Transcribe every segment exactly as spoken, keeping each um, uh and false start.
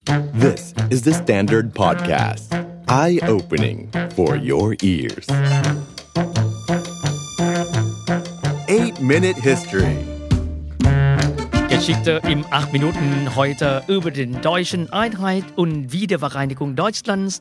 This is the Standard Podcast. Eye-opening for your ears. eight minute History. Geschichte im acht Minuten heute über den deutschen Einheit und Wiedervereinigung Deutschlands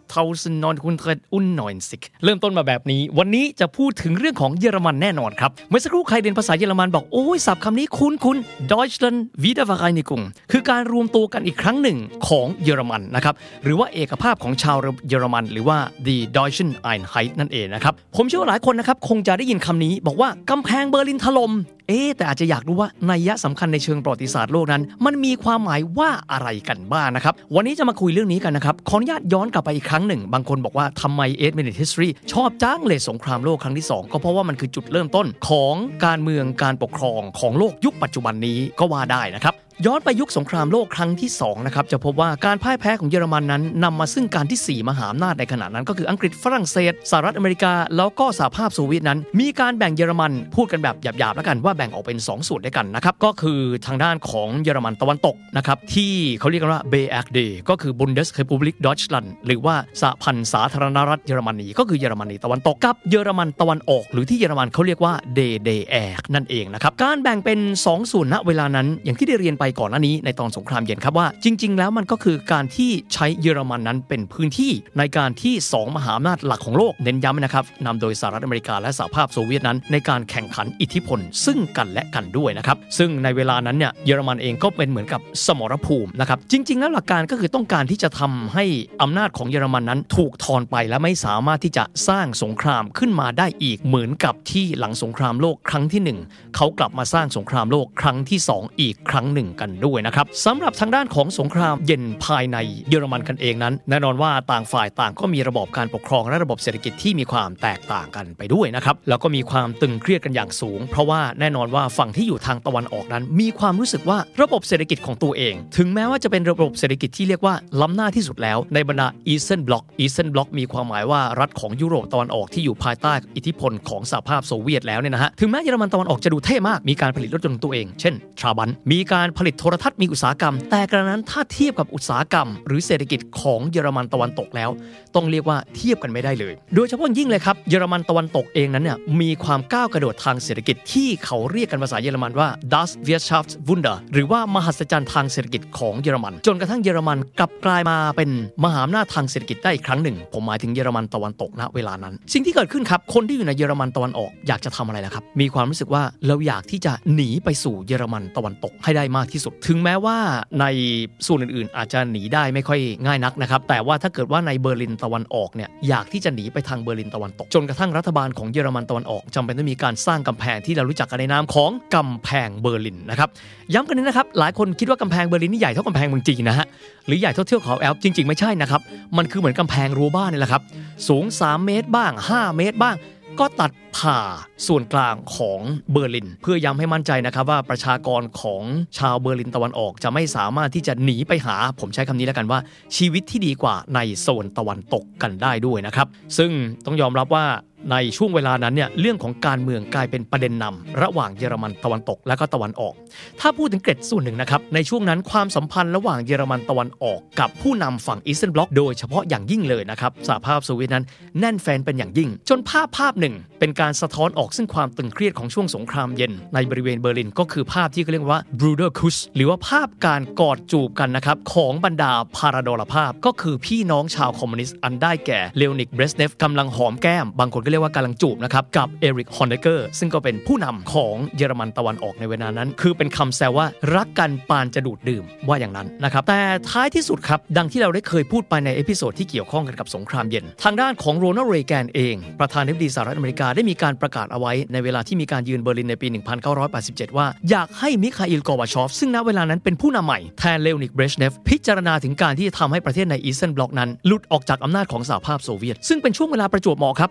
neunzehnhundertneunundneunzig เริ่มต้นมาแบบนี้วันนี้จะพูดถึงเรื่องของเยอรมันแน่นอนครับเมื่อสักครู่ใครเรียนภาษาเยอรมันบอกโอ้ยศัพท์คำนี้คุ้นๆ Deutschland Wiedervereinigung คือการรวมตัวกันอีกครั้งหนึ่งของเยอรมันนะครับหรือว่าเอกภาพของชาวเยอรมันหรือว่า Die Deutschen Einheit นั่นเองนะครับผมเชื่อว่าหลายคนนะครับคงจะได้ยินคำนี้บอกว่ากำแพงเบอร์ลินถล่มเอ๊ะแต่อาจจะอยากรู้ว่านัยยะสำคัญในเชิงประวัติศาสตร์โลกนั้นมันมีความหมายว่าอะไรกันบ้างนะครับวันนี้จะมาคุยเรื่องนี้กันนะครับขออนุญาตย้อนกลับไปอีกครั้งหนึ่งบางคนบอกว่าทำไมeight minute history ชอบจ้างเลยสงครามโลกครั้งที่สองก็เพราะว่ามันคือจุดเริ่มต้นของการเมืองการปกครองของโลกยุคปัจจุบันนี้ก็ว่าได้นะครับย้อนไปยุคสงครามโลกครั้งที่สองนะครับจะพบว่าการพ่ายแพ้ของเยอรมันนั้นนำมาซึ่งการที่สี่มหาอำนาจในขณะนั้นก็คืออังกฤษฝรั่งเศสสหรัฐอเมริกาแล้วก็สหภาพโซเวียตนั้นมีการแบ่งเยอรมันพูดกันแบบหยาบๆแล้วกันว่าแบ่งออกเป็นสองส่วนด้วยกันนะครับก็คือทางด้านของเยอรมันตะวันตกนะครับที่เขาเรียกกันว่า B A D ก็คือ Bundesrepublik Deutschland หรือว่าสหพันธ์สาธารณรัฐเยอรมนีก็คือเยอรมนีตะวันตกกับเยอรมันตะวันออกหรือที่เยอรมันเขาเรียกว่า D D R นั่นเองนะครับการแบ่งเป็นสองส่วนณเวลานั้นอย่างที่ได้เรียนไปก่อนหน้านี้ในตอนสงครามเย็นครับว่าจริงๆแล้วมันก็คือการที่ใช้เยอรมันนั้นเป็นพื้นที่ในการที่สองมหาอำนาจหลักของโลกเน้นย้ำนะครับนำโดยสหรัฐอเมริกาและสหภาพโซเวียตนั้นในการแข่งขันอิทธิพลซึ่งกันและกันด้วยนะครับซึ่งในเวลานั้นเนี่ยเยอรมันเองก็เป็นเหมือนกับสมรภูมินะครับจริงๆแล้วหลักการก็คือต้องการที่จะทำให้อำนาจของเยอรมันนั้นถูกทอนไปและไม่สามารถที่จะสร้างสงครามขึ้นมาได้อีกเหมือนกับที่หลังสงครามโลกครั้งที่หนึ่งเขากลับมาสร้างสงครามโลกครั้งที่สองอีกครั้งหนึ่งกันด้วยนะครับสำหรับทางด้านของสงครามเย็นภายในเยอรมันกันเองนั้นแน่นอนว่าต่างฝ่ายต่างก็มีระบบการปกครองและระบบเศรษฐกิจที่มีความแตกต่างกันไปด้วยนะครับแล้วก็มีความตึงเครียดกันอย่างสูงเพราะว่าแน่นอนว่าฝั่งที่อยู่ทางตะวันออกนั้นมีความรู้สึกว่าระบบเศรษฐกิจของตัวเองถึงแม้ว่าจะเป็นระบบเศรษฐกิจที่เรียกว่าล้ำหน้าที่สุดแล้วในบรรดา Eastern Bloc Eastern Bloc มีความหมายว่ารัฐของยุโรปตะวันออกที่อยู่ภายใต้อิทธิพลของสหภาพโซเวียตแล้วเนี่ยนะฮะถึงแม้เยอรมันตะวันออกจะดูเท่มากมีการผลิตรถยนต์ตัวเองเช่นทราบันมีการผลิตโทรทัศน์มีอุตสาหกรรมแต่กระนั้นถ้าเทียบกับอุตสาหกรรมหรือเศรษฐกิจของเยอรมันตะวันตกแล้วต้องเรียกว่าเทียบกันไม่ได้เลยโดยเฉพาะยิ่งเลยครับเยอรมันตะวันตกเองนั้นเนี่ยมีความก้าวกระโดดทางเศรษฐกิจที่เขาเรียกกันภาษาเยอรมันว่า Das Wirtschaftswunder หรือว่ามหัศจรรย์ทางเศรษฐกิจของเยอรมันจนกระทั่งเยอรมันกลับกลายมาเป็นมหาอำนาจทางเศรษฐกิจได้อีกครั้งหนึ่งผมหมายถึงเยอรมันตะวันตกณเวลานั้นสิ่งที่เกิดขึ้นครับคนที่อยู่ในเยอรมันตะวันออกอยากจะทำอะไรล่ะครับมีความรู้สึกว่าเราอยากที่จะหนีไปสู่เยอรมันตะวันตกให้ได้มากที่สุดถึงแม้ว่าในส่วนอื่นๆอาจจะหนีได้ไม่ค่อยง่ายนักนะครับแต่ว่าถ้าเกิดว่าในเบอร์ลินตะวันออกเนี่ยอยากที่จะหนีไปทางเบอร์ลินตะวันตกจนกระทั่งรัฐบาลของเยอรมันตะวันออกจำเป็นต้องมีการสร้างกำแพงที่เรารู้จักกันในนามของกำแพงเบอร์ลินนะครับย้ำกันนี้นะครับหลายคนคิดว่ากำแพงเบอร์ลินนี่ใหญ่เท่ากำแพงเมืองจีนนะฮะหรือใหญ่เท่าเทือกเขาแอลป์จริงๆไม่ใช่นะครับมันคือเหมือนกำแพงรั้วบ้านนี่แหละครับสูงสามเมตรบ้างห้าเมตรบ้างก็ตัดผ่าส่วนกลางของเบอร์ลินเพื่อย้ำให้มั่นใจนะครับว่าประชากรของชาวเบอร์ลินตะวันออกจะไม่สามารถที่จะหนีไปหาผมใช้คำนี้แล้วกันว่าชีวิตที่ดีกว่าในโซนตะวันตกกันได้ด้วยนะครับซึ่งต้องยอมรับว่าในช่วงเวลานั้นเนี่ยเรื่องของการเมืองกลายเป็นประเด็นนำระหว่างเยอรมันตะวันตกและก็ตะวันออกถ้าพูดถึงเกร็ดส่วนหนึ่งนะครับในช่วงนั้นความสัมพันธ์ระหว่างเยอรมันตะวันออกกับผู้นำฝั่งอีสเทิร์นบล็อกโดยเฉพาะอย่างยิ่งเลยนะครับสหภาพโซเวียตนั้นแน่นแฟนเป็นอย่างยิ่งจนภาพภาพหนึ่งเป็นการสะท้อนออกซึ่งความตึงเครียดของช่วงสงครามเย็นในบริเวณเบอร์ลินก็คือภาพที่เขาเรียกว่า Bruderkuss หรือว่าภาพการกอดจูบกันนะครับของบรรดาพาราดอลภาพก็คือพี่น้องชาวคอมมิวนิสต์อันได้แก่เลโอนิด เบรซเนฟกำลังหอมแก้มบางคนก็เรียกว่ากำลังจูบนะครับกับเอริก ฮอนเนเกอร์ซึ่งก็เป็นผู้นำของเยอรมันตะวันออกในเวลานั้นคือเป็นคำแซวว่ารักกันปานจะดูดดื่มว่าอย่างนั้นนะครับแต่ท้ายที่สุดครับดังที่เราได้เคยพูดไปในเอพิโซดที่เกี่ยวข้องกันกับสงครามเย็นทางด้านของโรนัลด์ เรแกนเองประธานาธิบดีสหรัฐอเมริกาได้มีการประกาศเอาไว้ในเวลาที่มีการยืนเบอร์ลินในปีหนึ่งพันเก้าร้อยแปดสิบเจ็ดว่าอยากให้มิคาอิล กอร์บาชอฟซึ่งณเวลานั้นเป็นผู้นำใหม่แทนเลโอนิด เบรซเนฟพิจารณาถึงการที่จะทำให้ประเทศในอีสเทิร์นบล็อกนั้นหลุดออกจากอำนาจของสหภาพโซเวียตซึ่งเป็นช่วงเวลาประจวบเหมาะครับพอมิคา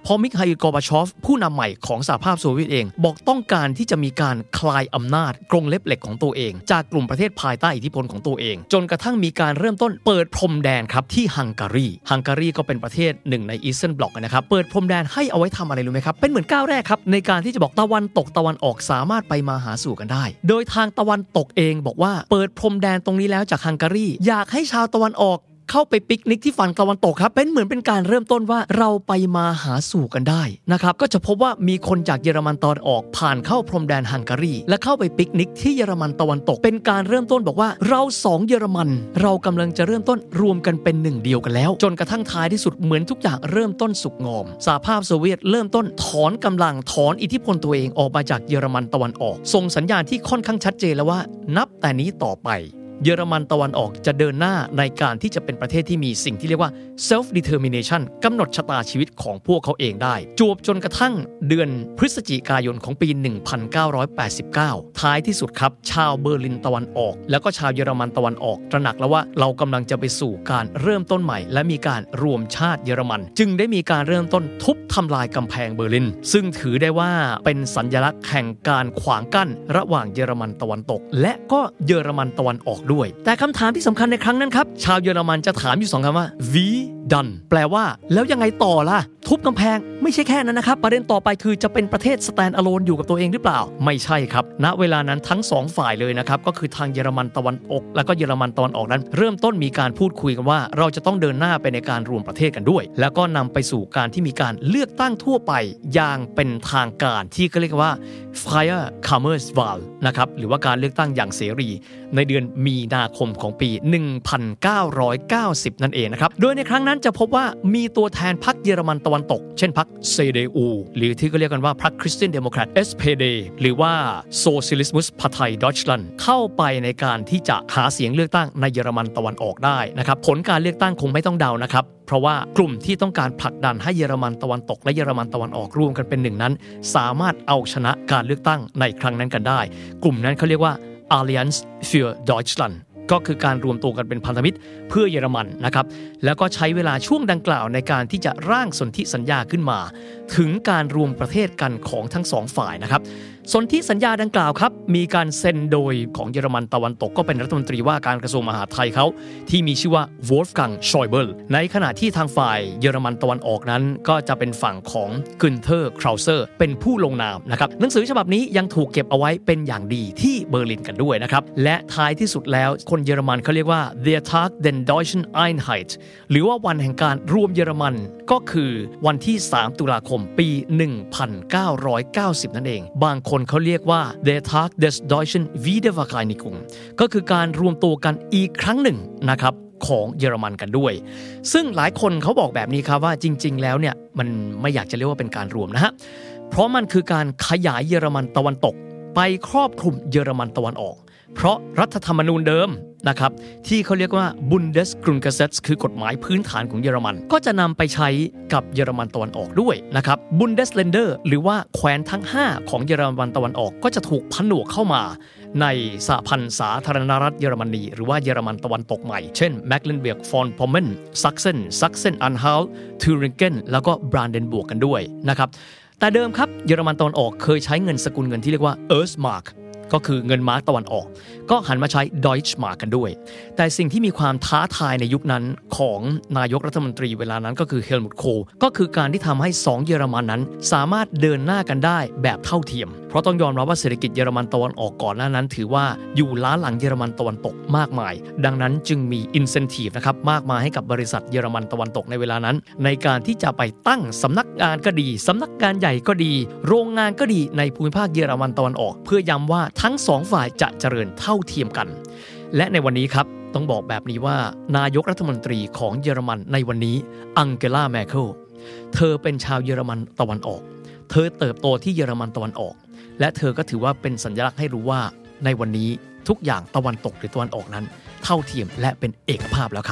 ลกอร์บาชอฟผู้นำใหม่ของสหภาพโซเวียตเองบอกต้องการที่จะมีการคลายอำนาจกรงเล็บเหล็กของตัวเองจากกลุ่มประเทศภายใต้อิทธิพลของตัวเองจนกระทั่งมีการเริ่มต้นเปิดพรมแดนครับที่ฮังการีฮังการีก็เป็นประเทศหนึ่งในอีสเทิร์นบล็อกนะครับเปิดพรมแดนให้เอาไว้ทำอะไรรู้ไหมครับเป็นเหมือนก้าวแรกครับในการที่จะบอกตะวันตกตะวันออกสามารถไปมาหาสู่กันได้โดยทางตะวันตกเองบอกว่าเปิดพรมแดนตรงนี้แล้วจากฮังการีอยากให้ชาวตะวันออกเข้าไปปิกนิกที่ฝั่งตะวันตกครับเป็นเหมือนเป็นการเริ่มต้นว่าเราไปมาหาสู่กันได้นะครับก็จะพบว่ามีคนจากเยอรมันตะวันออกผ่านเข้าพรมแดนฮังการีและเข้าไปปิกนิกที่เยอรมันตะวันตกเป็นการเริ่มต้นบอกว่าเราสองเยอรมันเรากำลังจะเริ่มต้นรวมกันเป็นหนึ่งเดียวกันแล้วจนกระทั่งท้ายที่สุดเหมือนทุกอย่างเริ่มต้นสุกงอมสหภาพโซเวียตเริ่มต้นถอนกำลังถอนอิทธิพลตัวเองออกมาจากเยอรมันตะวันออกส่งสัญญาณที่ค่อนข้างชัดเจนแล้วว่านับแต่นี้ต่อไปเยอรมันตะวันออกจะเดินหน้าในการที่จะเป็นประเทศที่มีสิ่งที่เรียกว่า self determination กำหนดชะตาชีวิตของพวกเขาเองได้จวบจนกระทั่งเดือนพฤศจิกายนของปี หนึ่งพันเก้าร้อยแปดสิบเก้า ท้ายที่สุดครับชาวเบอร์ลินตะวันออกแล้วก็ชาวเยอรมันตะวันออกตระหนักแล้วว่าเรากำลังจะไปสู่การเริ่มต้นใหม่และมีการรวมชาติเยอรมันจึงได้มีการเริ่มต้นทุบทำลายกำแพงเบอร์ลินซึ่งถือได้ว่าเป็นสัญลักษณ์แห่งการขวางกั้นระหว่างเยอรมันตะวันตกและก็เยอรมันตะวันออกด้วยแต่คำถามที่สำคัญในครั้งนั้นครับชาวเยอรมันจะถามอยู่สองคำว่า wie dann แปลว่าแล้วยังไงต่อล่ะทุบกำแพงไม่ใช่แค่นั้นนะครับประเด็นต่อไปคือจะเป็นประเทศ stand alone อยู่กับตัวเองหรือเปล่าไม่ใช่ครับณเวลานั้นทั้งสองฝ่ายเลยนะครับก็คือทางเยอรมันตะวันออกและก็เยอรมันตะวันออกนั้นเริ่มต้นมีการพูดคุยกันว่าเราจะต้องเดินหน้าไปในการรวมประเทศกันด้วยแล้วก็นำไปสู่การที่มีการเลือกตั้งทั่วไปอย่างเป็นทางการที่เรียกว่า Freie Kammerswahl นะครับหรือว่าการเลือกตั้งอย่างเสรีในเดือนมีนาคมของปี หนึ่งพันเก้าร้อยเก้าสิบ นั่นเองนะครับโดยในครั้งนั้นจะพบว่ามีตัวแทนพรรคเยอรมันตะวันตกเช่นพรรค ซี ดี ยู หรือที่ก็เรียกกันว่าพรรค Christian Democrat เอส พี ดี หรือว่า Sozialismus Partei Deutschland เข้าไปในการที่จะหาเสียงเลือกตั้งในเยอรมันตะวันออกได้นะครับผลการเลือกตั้งคงไม่ต้องเดานะครับเพราะว่ากลุ่มที่ต้องการผลักดันให้เยอรมันตะวันตกและเยอรมันตะวันออกรวมกันเป็นหนึ่งนั้นสามารถเอาชนะการเลือกตั้งในครั้งนั้นกันได้กลุ่มนั้นเขาเรียกว่า Allianz für Deutschland ก็คือการรวมตัวกันเป็นพันธมิตรเพื่อเยอรมันนะครับแล้วก็ใช้เวลาช่วงดังกล่าวในการที่จะร่างสนธิสัญญาขึ้นมาถึงการรวมประเทศกันของทั้งสองฝ่ายนะครับสนธิสัญญาดังกล่าวครับมีการเซ็นโดยของเยอรมันตะวันตกก็เป็นรัฐมนตรีว่าการกระทรวงมหาดไทยเขาที่มีชื่อว่า Wolfgang Schäuble ในขณะที่ทางฝ่ายเยอรมันตะวันออกนั้นก็จะเป็นฝั่งของ Günther Krauser เป็นผู้ลงนามนะครับหนังสือฉบับนี้ยังถูกเก็บเอาไว้เป็นอย่างดีที่เบอร์ลินกันด้วยนะครับและท้ายที่สุดแล้วคนเยอรมันเขาเรียกว่า Der Tag der Deutschen Einheit หรือว่าวันแห่งการรวมเยอรมันก็คือวันที่สามตุลาคมปี หนึ่งพันเก้าร้อยเก้าสิบ นั่นเองบางคนเขาเรียกว่า Der Tag des Deutschen Wiedervereinigung ก็คือการรวมตัวกันอีกครั้งหนึ่งนะครับของเยอรมันกันด้วยซึ่งหลายคนเขาบอกแบบนี้ครับว่าจริงๆแล้วเนี่ยมันไม่อยากจะเรียกว่าเป็นการรวมนะฮะเพราะมันคือการขยายเยอรมันตะวันตกไปครอบคลุมเยอรมันตะวันออกเพราะรัฐธรรมนูญเดิมนะครับที่เขาเรียกว่า Bundesgrundgesetz คือกฎหมายพื้นฐานของเยอรมันก็จะนำไปใช้กับเยอรมันตะวันออกด้วยนะครับ Bundesländer หรือว่าแคว้นทั้งห้าของเยอรมันตะวันออกก็จะถูกผนวกเข้ามาในสหพันธ์สาธารณรัฐเยอรมนีหรือว่าเยอรมันตะวันตกใหม่เช่น Mecklenburg Vorpommern Sachsen Sachsen-Anhalt Thüringen แล้วก็ Brandenburg กันด้วยนะครับแต่เดิมครับเยอรมันตะวันออกเคยใช้เงินสกุลเงินที่เรียกว่า Erstmarkก็คือเงินมาร์กตะวันออกก็หันมาใช้ Deutsche Mark กันด้วยแต่สิ่งที่มีความท้าทายในยุคนั้นของนายกรัฐมนตรีเวลานั้นก็คือเฮลมุต โคลก็คือการที่ทำให้สองเยอรมันนั้นสามารถเดินหน้ากันได้แบบเท่าเทียมเพราะต้องยอมรับว่าเศรษฐกิจเยอรมันตะวันออกก่อนหน้านั้นถือว่าอยู่ล้าหลังเยอรมันตะวันตกมากมายดังนั้นจึงมี incentive นะครับมากมายให้กับบริษัทเยอรมันตะวันตกในเวลานั้นในการที่จะไปตั้งสำนักงานก็ดีสำนักงานใหญ่ก็ดีโรงงานก็ดีในภูมิภาคเยอรมันตะวันออกเพื่อย้ำว่าทั้งสองฝ่ายจะเจริญเท่าเทียมกันและในวันนี้ครับต้องบอกแบบนี้ว่านายกรัฐมนตรีของเยอรมันในวันนี้อังเกลา แมร์เคิลเธอเป็นชาวเยอรมันตะวันออกเธอเติบโตที่เยอรมันตะวันออกและเธอก็ถือว่าเป็นสัญลักษณ์ให้รู้ว่าในวันนี้ทุกอย่างตะวันตกหรือตะวันออกนั้นเท่าเทียมและเป็นเอกภาพแล้วครับ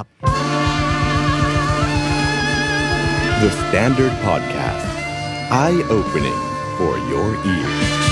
The Standard Podcast Eye Opening for your ears